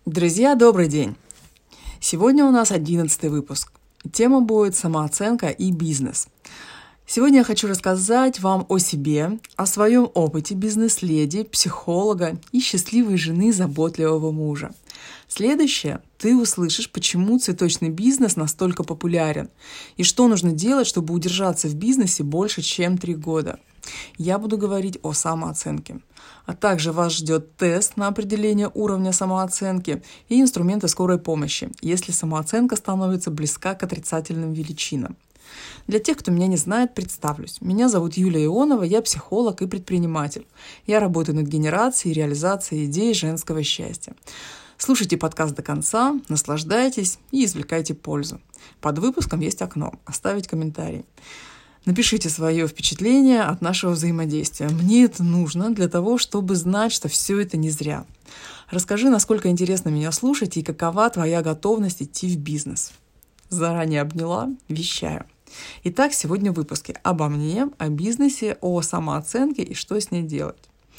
Друзья, добрый день! Сегодня у нас 11-й выпуск. Тема будет самооценка и бизнес. Сегодня я хочу рассказать вам о себе, о своем опыте бизнес-леди, психолога и счастливой жены заботливого мужа. Следующее, ты услышишь, почему цветочный бизнес настолько популярен и что нужно делать, чтобы удержаться в бизнесе больше, чем 3 года. Я буду говорить о самооценке. А также вас ждет тест на определение уровня самооценки и инструменты скорой помощи, если самооценка становится близка к отрицательным величинам. Для тех, кто меня не знает, представлюсь. Меня зовут Юлия Ионова, я психолог и предприниматель. Я работаю над генерацией и реализацией идей женского счастья. Слушайте подкаст до конца, наслаждайтесь и извлекайте пользу. Под выпуском есть окно «Оставить комментарий». Напишите свое впечатление от нашего взаимодействия. Мне это нужно для того, чтобы знать, что все это не зря. Расскажи, насколько интересно меня слушать и какова твоя готовность идти в бизнес. Заранее обняла, вещаю. Итак, сегодня в выпуске обо мне, о бизнесе, о самооценке и что с ней делать.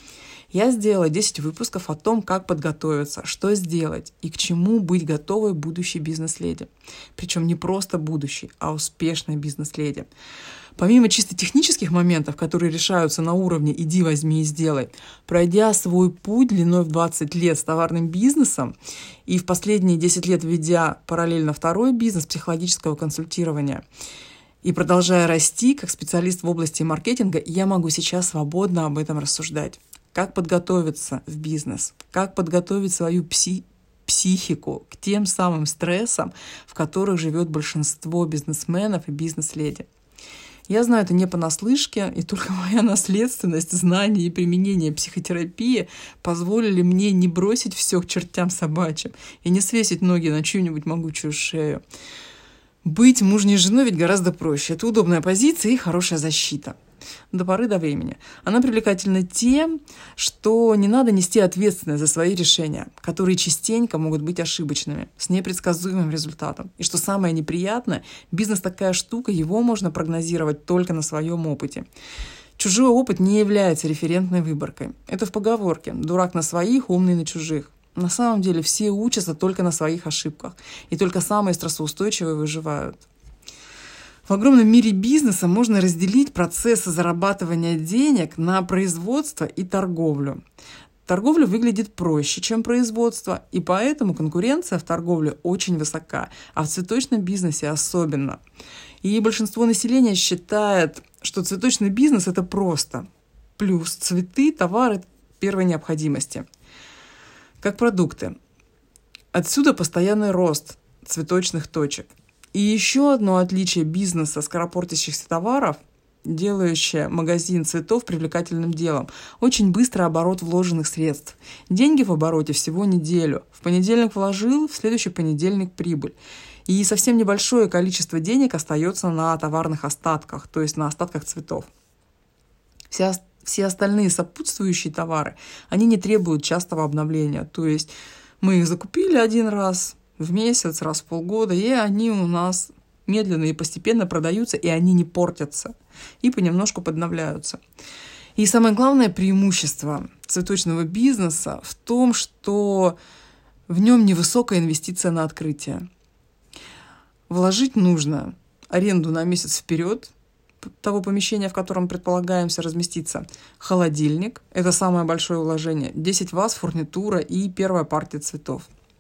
Я сделала 10 выпусков о том, как подготовиться, что сделать и к чему быть готовой будущей бизнес-леди. Причем не просто будущей, а успешной бизнес-леди. Помимо чисто технических моментов, которые решаются на уровне «иди, возьми и сделай», пройдя свой путь длиной в 20 лет с товарным бизнесом и в последние 10 лет ведя параллельно второй бизнес психологического консультирования, и продолжая расти как специалист в области маркетинга, я могу сейчас свободно об этом рассуждать. Как подготовиться в бизнес, как подготовить свою психику к тем самым стрессам, в которых живет большинство бизнесменов и бизнес-леди. Я знаю это не понаслышке, и только моя наследственность, знания и применение психотерапии позволили мне не бросить все к чертям собачьим и не свесить ноги на чью-нибудь могучую шею. Быть мужней женой ведь гораздо проще. Это удобная позиция и хорошая защита. До поры до времени. Она привлекательна тем, что не надо нести ответственность за свои решения, которые частенько могут быть ошибочными, с непредсказуемым результатом. И что самое неприятное, бизнес такая штука, его можно прогнозировать только на своем опыте. Чужой опыт не является референтной выборкой. Это в поговорке «дурак на своих, умный на чужих». На самом деле все учатся только на своих ошибках, и только самые стрессоустойчивые выживают. В огромном мире бизнеса можно разделить процессы зарабатывания денег на производство и торговлю. Торговля выглядит проще, чем производство, и поэтому конкуренция в торговле очень высока, а в цветочном бизнесе особенно. И большинство населения считает, что цветочный бизнес – это просто. Плюс цветы, товары первой необходимости. Как продукты. Отсюда постоянный рост цветочных точек. И еще одно отличие бизнеса скоропортящихся товаров, делающее магазин цветов привлекательным делом, очень быстрый оборот вложенных средств. Деньги в обороте всего неделю. В понедельник вложил, в следующий понедельник прибыль. И совсем небольшое количество денег остается на товарных остатках, то есть на остатках цветов. Все остальные сопутствующие товары, они не требуют частого обновления. То есть мы их закупили один раз в месяц, раз в полгода, и они у нас медленно и постепенно продаются, и они не портятся, и понемножку подновляются. И самое главное преимущество цветочного бизнеса в том, что в нем невысокая инвестиция на открытие. Вложить нужно аренду на месяц вперед того помещения, в котором предполагаемся разместиться, холодильник, это самое большое вложение, 10 ваз, фурнитура и первая партия цветов.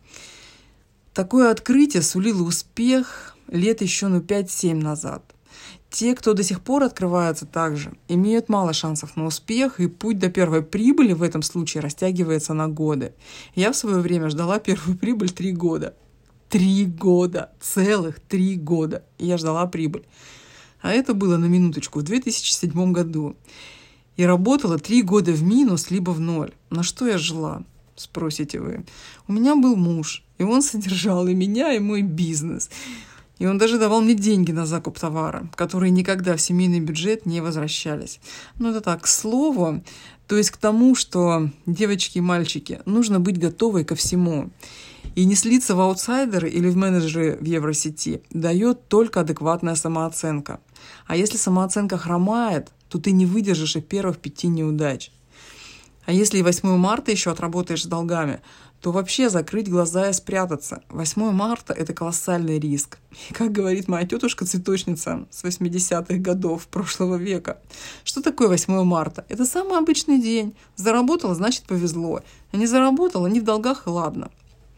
Такое открытие сулило успех лет еще 5-7 назад. Те, кто до сих пор открывается так же, имеют мало шансов на успех, и путь до первой прибыли в этом случае растягивается на годы. Я в свое время ждала первую прибыль 3 года. 3 года! Целых 3 года! И я ждала прибыль. А это было, на минуточку, в 2007 году. И работала 3 года в минус, либо в ноль. На что я жила? Спросите вы. У меня был муж, и он содержал и меня, и мой бизнес. И он даже давал мне деньги на закуп товара, которые никогда в семейный бюджет не возвращались. Ну, это так, к слову, то есть к тому, что, девочки и мальчики, нужно быть готовой ко всему. И не слиться в аутсайдеры или в менеджеры в Евросети дает только адекватная самооценка. А если самооценка хромает, то ты не выдержишь и первых 5 неудач. А если и 8 марта еще отработаешь с долгами, то вообще закрыть глаза и спрятаться. 8 марта – это колоссальный риск. И как говорит моя тетушка-цветочница с 80-х годов прошлого века, что такое 8 марта? Это самый обычный день. Заработала, значит, повезло. А не заработала, не в долгах, и ладно.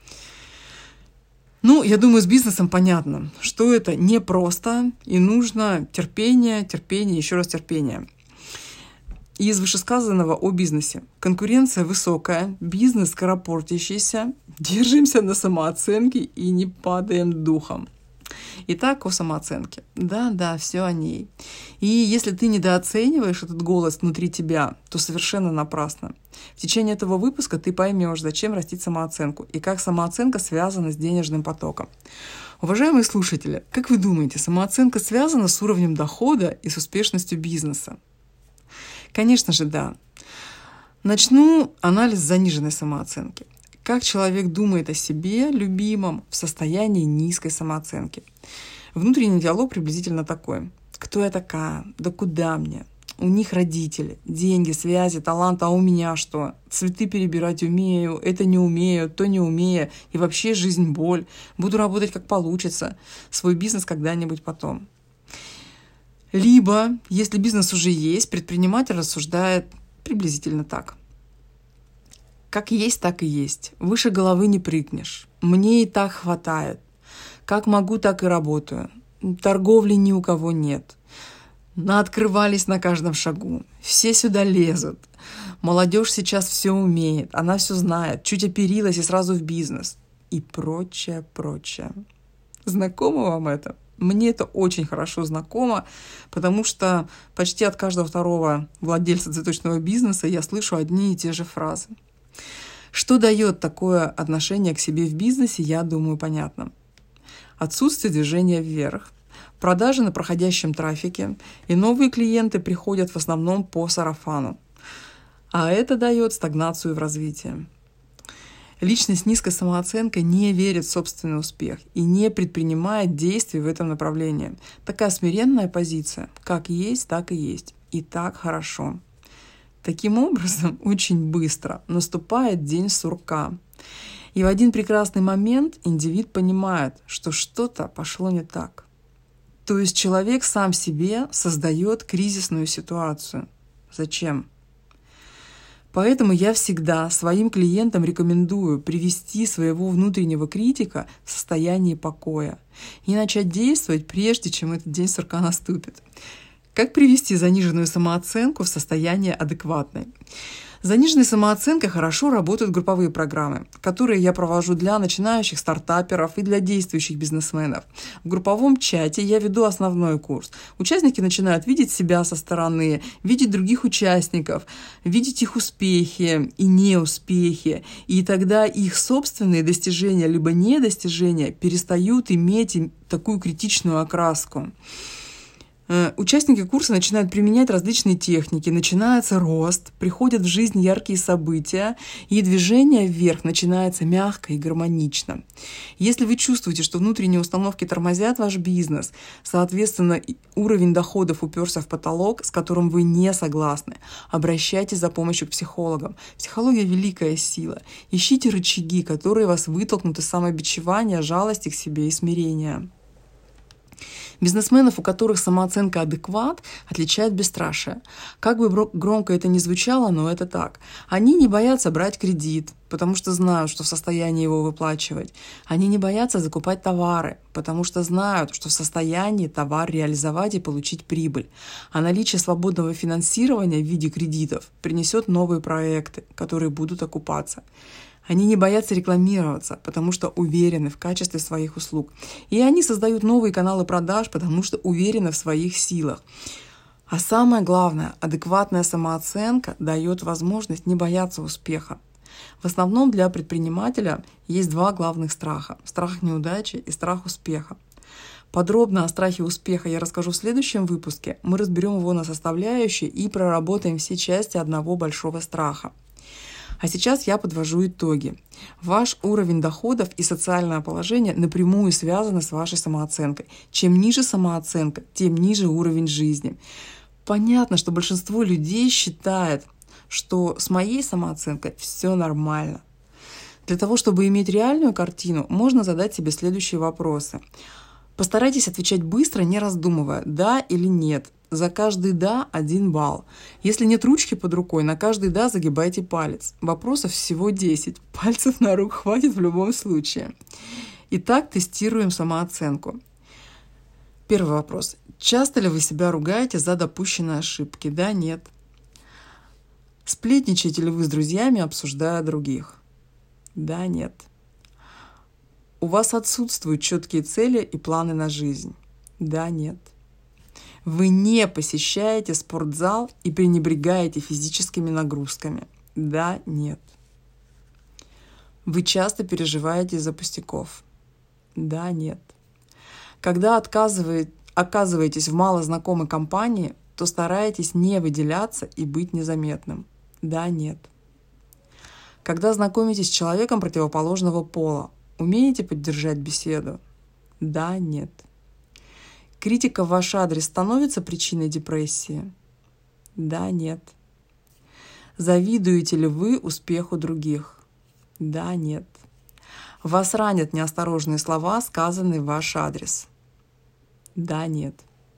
Ну, я думаю, с бизнесом понятно, что это непросто, и нужно терпение, еще раз терпение. Из вышесказанного о бизнесе. Конкуренция высокая, бизнес скоропортящийся, держимся на самооценке и не падаем духом. Итак, о самооценке. Да, все о ней. И если ты недооцениваешь этот голос внутри тебя, то совершенно напрасно. В течение этого выпуска ты поймешь, зачем растить самооценку и как самооценка связана с денежным потоком. Уважаемые слушатели, как вы думаете, самооценка связана с уровнем дохода и с успешностью бизнеса? Конечно же, да. Начну анализ заниженной самооценки. Как человек думает о себе, любимом, в состоянии низкой самооценки. Внутренний диалог приблизительно такой. Кто я такая? Да куда мне? У них родители, деньги, связи, талант, а у меня что? Цветы перебирать умею, это не умею, то не умею, и вообще жизнь боль. Буду работать как получится, свой бизнес когда-нибудь потом. Либо, если бизнес уже есть, предприниматель рассуждает приблизительно так. Как есть, так и есть. Выше головы не прыгнешь. Мне и так хватает. Как могу, так и работаю. Торговли ни у кого нет. Наоткрывались на каждом шагу. Все сюда лезут. Молодежь сейчас все умеет. Она все знает. Чуть оперилась и сразу в бизнес. И прочее. Знакомо вам это? Мне это очень хорошо знакомо, потому что почти от каждого второго владельца цветочного бизнеса я слышу одни и те же фразы. Что дает такое отношение к себе в бизнесе, я думаю, понятно. Отсутствие движения вверх, продажи на проходящем трафике, и новые клиенты приходят в основном по сарафану. А это дает стагнацию в развитии. Личность с низкой самооценкой не верит в собственный успех и не предпринимает действий в этом направлении. Такая смиренная позиция. Как есть, так и есть. И так хорошо. Таким образом, очень быстро наступает день сурка. И в один прекрасный момент индивид понимает, что что-то пошло не так. То есть человек сам себе создает кризисную ситуацию. Зачем? Поэтому я всегда своим клиентам рекомендую привести своего внутреннего критика в состояние покоя и начать действовать, прежде чем этот день сурка наступит. Как привести заниженную самооценку в состояние адекватное? Заниженной самооценкой хорошо работают групповые программы, которые я провожу для начинающих стартаперов и для действующих бизнесменов. В групповом чате я веду основной курс. Участники начинают видеть себя со стороны, видеть других участников, видеть их успехи и неуспехи. И тогда их собственные достижения либо недостижения перестают иметь такую критичную окраску. Участники курса начинают применять различные техники, начинается рост, приходят в жизнь яркие события, и движение вверх начинается мягко и гармонично. Если вы чувствуете, что внутренние установки тормозят ваш бизнес, соответственно, уровень доходов уперся в потолок, с которым вы не согласны, обращайтесь за помощью к психологам. Психология – великая сила. Ищите рычаги, которые вас вытолкнут из самобичевания, жалости к себе и смирения. Бизнесменов, у которых самооценка адекват, отличает бесстрашие. Как бы громко это ни звучало, но это так. Они не боятся брать кредит, потому что знают, что в состоянии его выплачивать. Они не боятся закупать товары, потому что знают, что в состоянии товар реализовать и получить прибыль. А наличие свободного финансирования в виде кредитов принесет новые проекты, которые будут окупаться. Они не боятся рекламироваться, потому что уверены в качестве своих услуг. И они создают новые каналы продаж, потому что уверены в своих силах. А самое главное, адекватная самооценка дает возможность не бояться успеха. В основном для предпринимателя есть два главных страха – страх неудачи и страх успеха. Подробно о страхе успеха я расскажу в следующем выпуске. Мы разберем его на составляющие и проработаем все части одного большого страха. А сейчас я подвожу итоги. Ваш уровень доходов и социальное положение напрямую связаны с вашей самооценкой. Чем ниже самооценка, тем ниже уровень жизни. Понятно, что большинство людей считает, что с моей самооценкой все нормально. Для того, чтобы иметь реальную картину, можно задать себе следующие вопросы. Постарайтесь отвечать быстро, не раздумывая, да или нет. За каждый «да» 1 балл. Если нет ручки под рукой, на каждый «да» загибайте палец. Вопросов всего 10. Пальцев на руку хватит в любом случае. Итак, тестируем самооценку. Первый вопрос. Часто ли вы себя ругаете за допущенные ошибки? Да, нет. Сплетничаете ли вы с друзьями, обсуждая других? Да, нет. У вас отсутствуют четкие цели и планы на жизнь? Да, нет. Вы не посещаете спортзал и пренебрегаете физическими нагрузками? Да, нет. Вы часто переживаете из-за пустяков? Да, нет. Когда оказываетесь в малознакомой компании, то стараетесь не выделяться и быть незаметным? Да, нет. Когда знакомитесь с человеком противоположного пола, умеете поддержать беседу? Да, нет. Критика в ваш адрес становится причиной депрессии? Да, нет. Завидуете ли вы успеху других? Да, нет. Вас ранят неосторожные слова, сказанные в ваш адрес? Да, нет.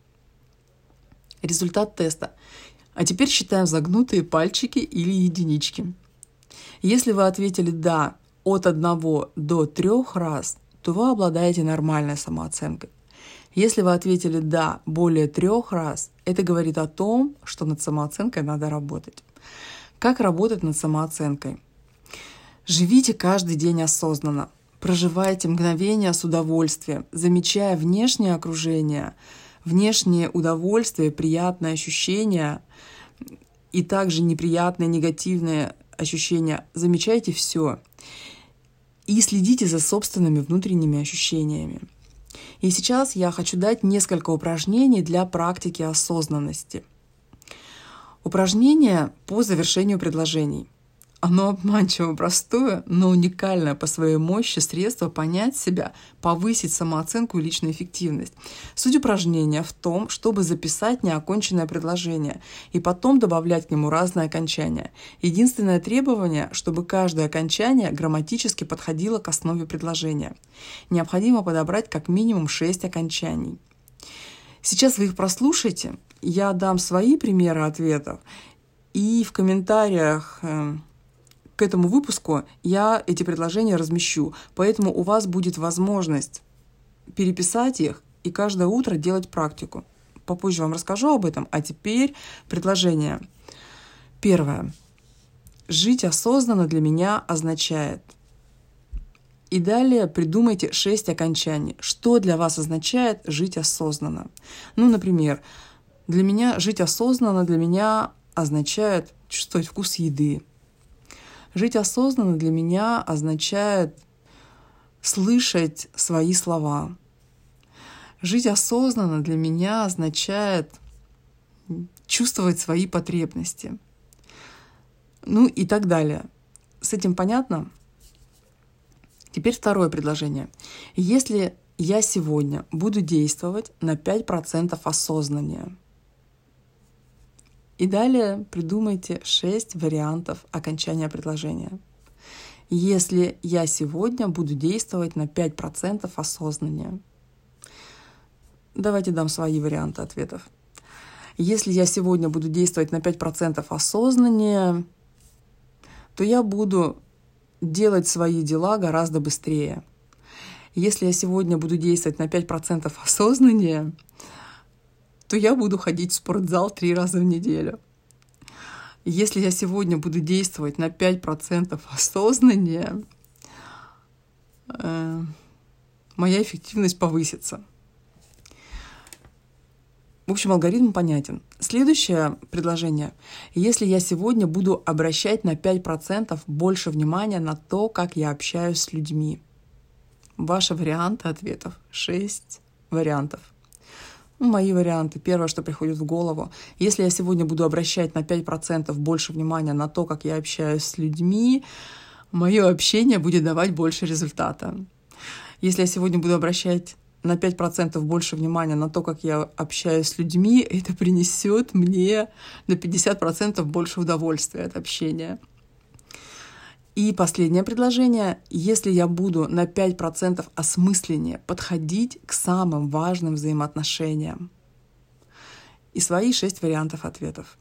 Результат теста. А теперь считаем загнутые пальчики или единички. Если вы ответили «да» от 1 до 3 раз, то вы обладаете нормальной самооценкой. Если вы ответили «да» более 3 раз, это говорит о том, что над самооценкой надо работать. Как работать над самооценкой? Живите каждый день осознанно. Проживайте мгновения с удовольствием, замечая внешнее окружение, внешнее удовольствие, приятные ощущения и также неприятные, негативные ощущения. Замечайте все и следите за собственными внутренними ощущениями. И сейчас я хочу дать несколько упражнений для практики осознанности. Упражнение по завершению предложений. Оно обманчиво простое, но уникальное по своей мощи средство понять себя, повысить самооценку и личную эффективность. Суть упражнения в том, чтобы записать неоконченное предложение и потом добавлять к нему разные окончания. Единственное требование, чтобы каждое окончание грамматически подходило к основе предложения. Необходимо подобрать как минимум 6 окончаний. Сейчас вы их прослушайте, я дам свои примеры ответов, и в комментариях к этому выпуску я эти предложения размещу, поэтому у вас будет возможность переписать их и каждое утро делать практику. Попозже вам расскажу об этом, а теперь предложение. Первое. Жить осознанно для меня означает. И далее придумайте 6 окончаний. Что для вас означает жить осознанно? Например, для меня жить осознанно для меня означает чувствовать вкус еды. Жить осознанно для меня означает слышать свои слова. Жить осознанно для меня означает чувствовать свои потребности. И так далее. С этим понятно? Теперь второе предложение. Если я сегодня буду действовать на 5% осознаннее. И далее придумайте 6 вариантов окончания предложения. Если я сегодня буду действовать на 5% осознаннее. Давайте дам свои варианты ответов. Если я сегодня буду действовать на 5% осознаннее, то я буду делать свои дела гораздо быстрее. Если я сегодня буду действовать на 5% осознаннее, то я буду ходить в спортзал 3 раза в неделю. Если я сегодня буду действовать на 5% осознаннее, моя эффективность повысится. В общем, алгоритм понятен. Следующее предложение. Если я сегодня буду обращать на 5% больше внимания на то, как я общаюсь с людьми. Ваши варианты ответов. 6 вариантов. Мои варианты. Первое, что приходит в голову. Если я сегодня буду обращать на 5% больше внимания на то, как я общаюсь с людьми, мое общение будет давать больше результата. Если я сегодня буду обращать на 5% больше внимания на то, как я общаюсь с людьми, это принесет мне на 50% больше удовольствия от общения. И последнее предложение. Если я буду на 5% осмысленнее подходить к самым важным взаимоотношениям. И свои 6 вариантов ответов.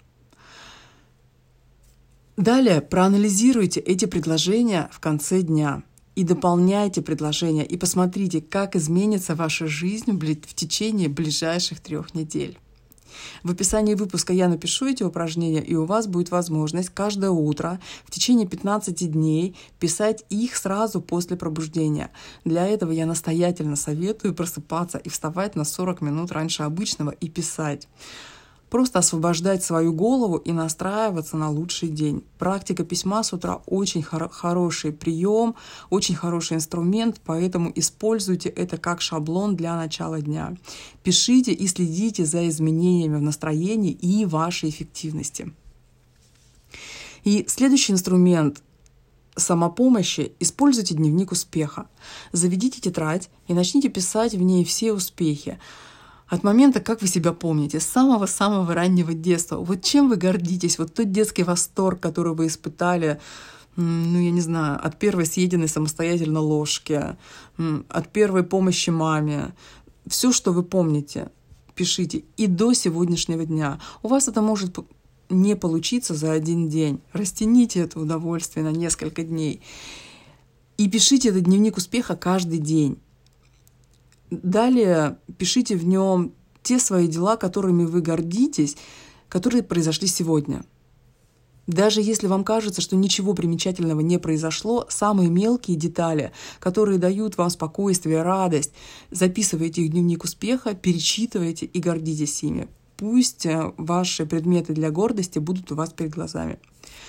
Далее проанализируйте эти предложения в конце дня и дополняйте предложения, и посмотрите, как изменится ваша жизнь в течение ближайших 3 недель. В описании выпуска я напишу эти упражнения, и у вас будет возможность каждое утро в течение 15 дней писать их сразу после пробуждения. Для этого я настоятельно советую просыпаться и вставать на 40 минут раньше обычного и писать. Просто освобождать свою голову и настраиваться на лучший день. Практика письма с утра очень хороший прием, очень хороший инструмент, поэтому используйте это как шаблон для начала дня. Пишите и следите за изменениями в настроении и вашей эффективности. И следующий инструмент самопомощи – используйте дневник успеха. Заведите тетрадь и начните писать в ней все успехи. От момента, как вы себя помните, с самого-самого раннего детства. Вот чем вы гордитесь, вот тот детский восторг, который вы испытали, я не знаю, от первой съеденной самостоятельно ложки, от первой помощи маме. Все, что вы помните, пишите и до сегодняшнего дня. У вас это может не получиться за один день. Растяните это удовольствие на несколько дней. И пишите этот дневник успеха каждый день. Далее пишите в нем те свои дела, которыми вы гордитесь, которые произошли сегодня. Даже если вам кажется, что ничего примечательного не произошло, самые мелкие детали, которые дают вам спокойствие, радость, записывайте их в дневник успеха, перечитывайте и гордитесь ими. Пусть ваши предметы для гордости будут у вас перед глазами.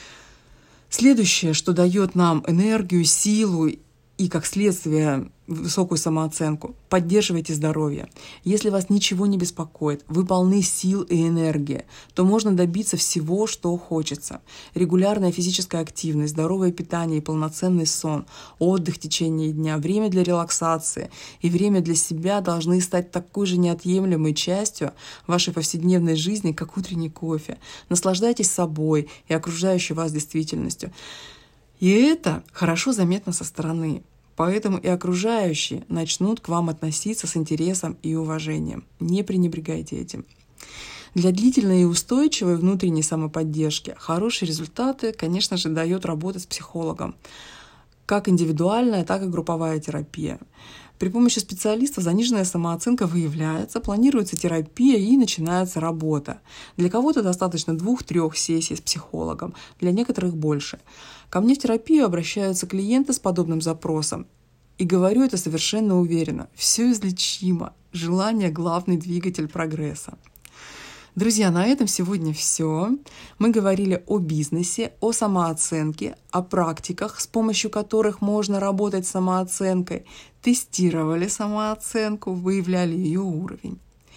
Следующее, что дает нам энергию, силу и, как следствие, высокую самооценку. Поддерживайте здоровье. Если вас ничего не беспокоит, вы полны сил и энергии, то можно добиться всего, что хочется. Регулярная физическая активность, здоровое питание и полноценный сон, отдых в течение дня, время для релаксации и время для себя должны стать такой же неотъемлемой частью вашей повседневной жизни, как утренний кофе. Наслаждайтесь собой и окружающей вас действительностью. И это хорошо заметно со стороны. Поэтому и окружающие начнут к вам относиться с интересом и уважением. Не пренебрегайте этим. Для длительной и устойчивой внутренней самоподдержки хорошие результаты, конечно же, дает работа с психологом. Как индивидуальная, так и групповая терапия. При помощи специалистов заниженная самооценка выявляется, планируется терапия и начинается работа. Для кого-то достаточно 2-3 сессий с психологом, для некоторых больше. Ко мне в терапию обращаются клиенты с подобным запросом. И говорю это совершенно уверенно. Все излечимо. Желание – главный двигатель прогресса. Друзья, на этом сегодня все. Мы говорили о бизнесе, о самооценке, о практиках, с помощью которых можно работать с самооценкой, тестировали самооценку, выявляли ее уровень.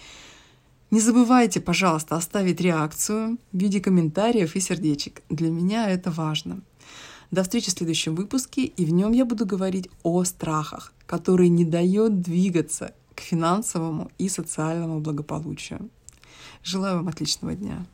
Не забывайте, пожалуйста, оставить реакцию в виде комментариев и сердечек. Для меня это важно. До встречи в следующем выпуске, и в нем я буду говорить о страхах, которые не дают двигаться к финансовому и социальному благополучию. Желаю вам отличного дня.